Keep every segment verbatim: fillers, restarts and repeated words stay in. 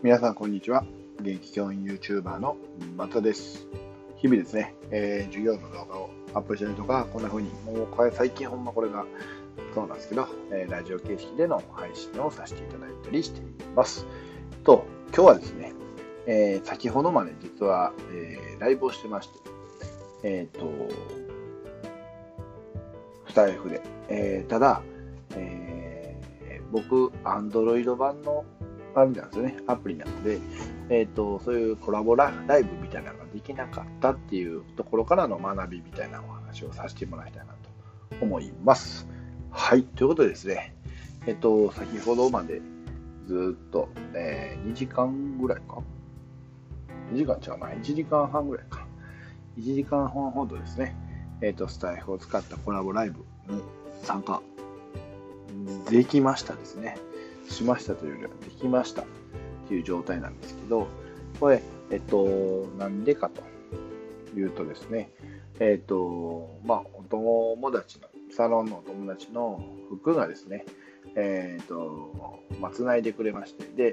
皆さんこんにちは。現役教員 YouTuber の松田です。日々ですね、えー、授業の動画をアップしたりとか、こんな風に、もうこれ最近ほんまこれがそうなんですけど、えー、ラジオ形式での配信をさせていただいたりしています。と、今日はですね、えー、先ほどまで実は、えー、ライブをしてまして、えっ、ー、と、スタイフで、えー、ただ、えー、僕、Android 版のあれなんですよね、アプリなので、えーと、そういうコラボライブみたいなのができなかったっていうところからの学びみたいなお話をさせてもらいたいなと思います。はい、ということでですね、えっ、ー、と、先ほどまでずっと、えー、にじかんぐらいか ?に 時間違うな、いちじかんはんぐらいか。いちじかんはんほどですね、えっ、ー、と、スタイフを使ったコラボライブに参加できましたですね。しましたというよりはできましたっていう状態なんですけど、これ、えっと、なんでかというとですね、えっと、まあ、お友達の、サロンのお友達の服がですね、えっと、まあ、つないでくれまして、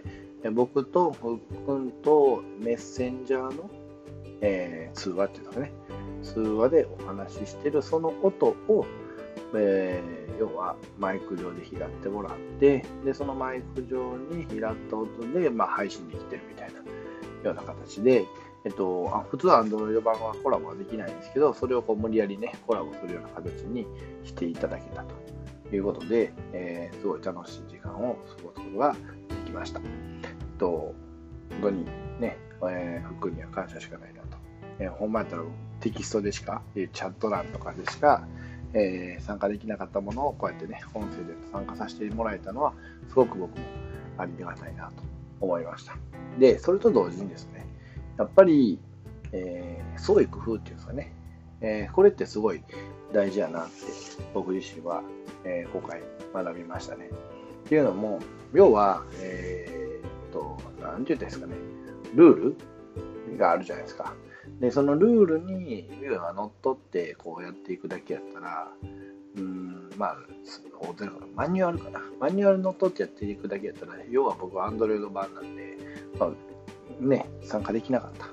で、僕と福君とメッセンジャーの、えー、通話っていうのがね、通話でお話ししてるその音を、えー、要はマイク上で拾ってもらって、でそのマイク上に拾った音で、まあ、配信できてるみたいなような形で、えっと、あ普通は Android 版はコラボはできないんですけど、それをこう無理やりねコラボするような形にしていただけたということで、えー、すごい楽しい時間を過ごすことができました。えっと、本当にね、えー、福には感謝しかないなと。えー、ほんまやったらテキストでしか、チャット欄とかでしかえー、参加できなかったものをこうやってね音声で参加させてもらえたのはすごく僕もありがたいなと思いました。でそれと同時にですね、やっぱり、えー、創意工夫っていうんですかね、えー、これってすごい大事やなって僕自身は、えー、今回学びましたね。っていうのも要はえー、っと何て言ったんですかね、ルールがあるじゃないですか。でそのルールにのっとってこうやっていくだけやったら、うーんまあマニュアルかなマニュアルにのっとってやっていくだけやったら、要は僕は Android 版なんで、まあ、ね参加できなかった。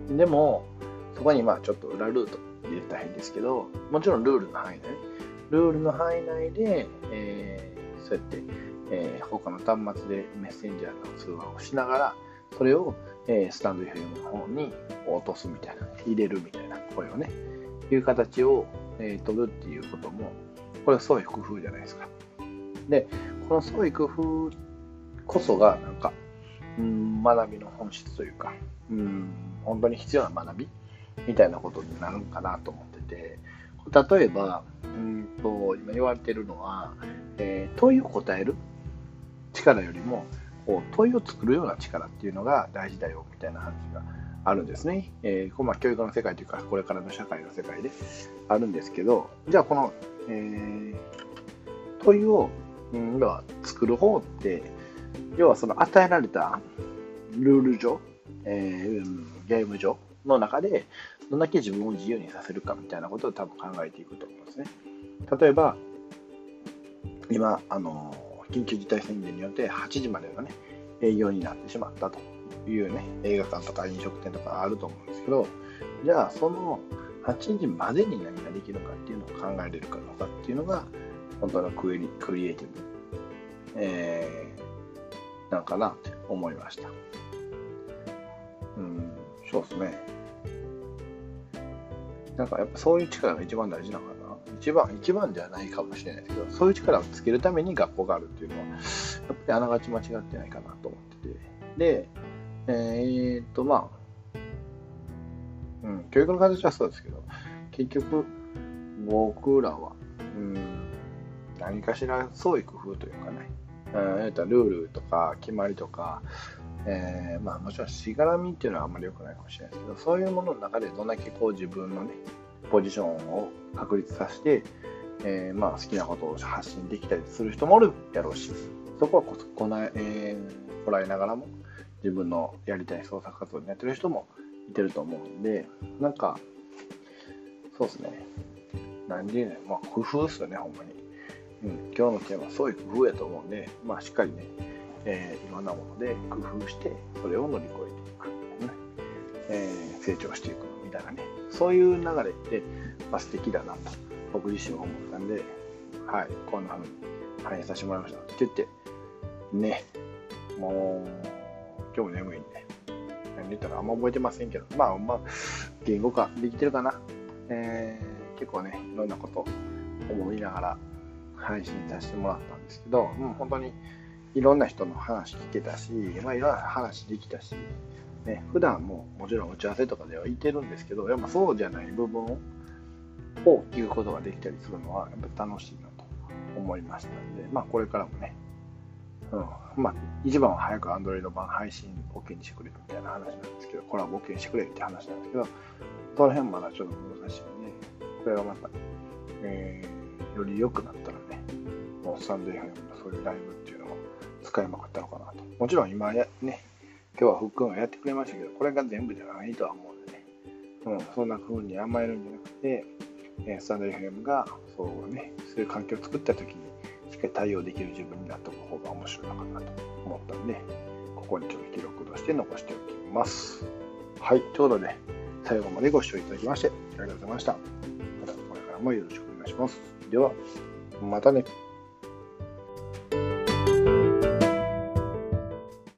でもそこにまあちょっと裏ルート入れたら変ですけど、もちろんルールの範囲内ルールの範囲内で、えー、そうやって、えー、他の端末でメッセンジャーの通話をしながらそれをえー、スタンド エフエム の方に落とすみたいな、入れるみたいな声をね、いう形を、えー、取るっていうことも、これは創意工夫じゃないですか。で、この創意工夫こそが、なんか、うん、学びの本質というか、うん、本当に必要な学びみたいなことになるのかなと思ってて、例えば、うんと今言われてるのは、えー、問いを答える力よりも、問いを作るような力っていうのが大事だよみたいな話があるんですね。えーまあ、教育の世界というかこれからの社会の世界であるんですけど、じゃあこの、えー、問いを、うん、要は作る方って要はその与えられたルール上、えー、ゲーム上の中でどんだけ自分を自由にさせるかみたいなことを多分考えていくと思うんですね。例えば今あの緊急事態宣言によってはちじまでのね営業になってしまったというね、映画館とか飲食店とかあると思うんですけど、じゃあそのはちじまでに何ができるかっていうのを考えれるかどうかっていうのが本当のクリ、クリエイティブ、えー、なんかなって思いました。うん、そうですね。なんかやっぱそういう力が一番大事なのかな。一番、一番ではないかもしれないですけど、そういう力をつけるために学校があるっていうのは、やっぱりあながち間違ってないかなと思ってて。で、えー、っと、まあ、うん、教育の形はそうですけど、結局、僕らは、うん、何かしら創意工夫というかね、うん、ルールとか決まりとか、えー、まあもちろんしがらみっていうのはあんまり良くないかもしれないですけど、そういうものの中でどんだけこう自分のね、ポジションを確立させて、えー、まあ好きなことを発信できたりする人もおるやろうし、そこはここな、えー、こらえながらも自分のやりたい創作活動にやってる人もいてると思うんで、なんかそうですね、何で言うね、まあ工夫ですよね、ほんまに。うん、今日のテーマは創意工夫やと思うんで、まあしっかりね、 えー、いろんなもので工夫してそれを乗り越えていく、ねえー、成長していくみたいなね、そういう流れって、まあ、素敵だなと僕自身は思ったんで、はい、こんな風に反映させてもらいましたって言ってね、もう今日も眠いんで何言ったかあんま覚えてませんけど、まあまあ言語化できてるかな、えー、結構ねいろんなこと思いながら配信させてもらったんですけど、うん、本当にいろんな人の話聞けたし、まあ、いろんな話できたし、ね、普段ももちろん打ち合わせとかでは言ってるんですけど、やっぱそうじゃない部分を聞くことができたりするのはやっぱり楽しいなと思いましたんで、まあこれからもね、うん、まあ一番は早く Android 版配信 OK にしてくれるみたいな話なんですけど、コラボ OK にしてくれって話なんですけど、その辺まだちょっと難しいんで、これがまた、えー、より良くなったらね、もうスタンド エフエム のそういうライブっていうのを使いまくったのかなと。もちろん今やね、今日はふっくんがやってくれましたけど、これが全部じゃないとは思うんでね、うん、そんな風に甘えるんじゃなくて、えー、スタンド エフエム がそうね、そういう環境を作った時にしっかり対応できる自分になっておく方が面白いのかなと思ったんで、ここにちょっと記録として残しておきます。はい、ということで最後までご視聴いただきましてありがとうございました。またこれからもよろしくお願いします。では、またね。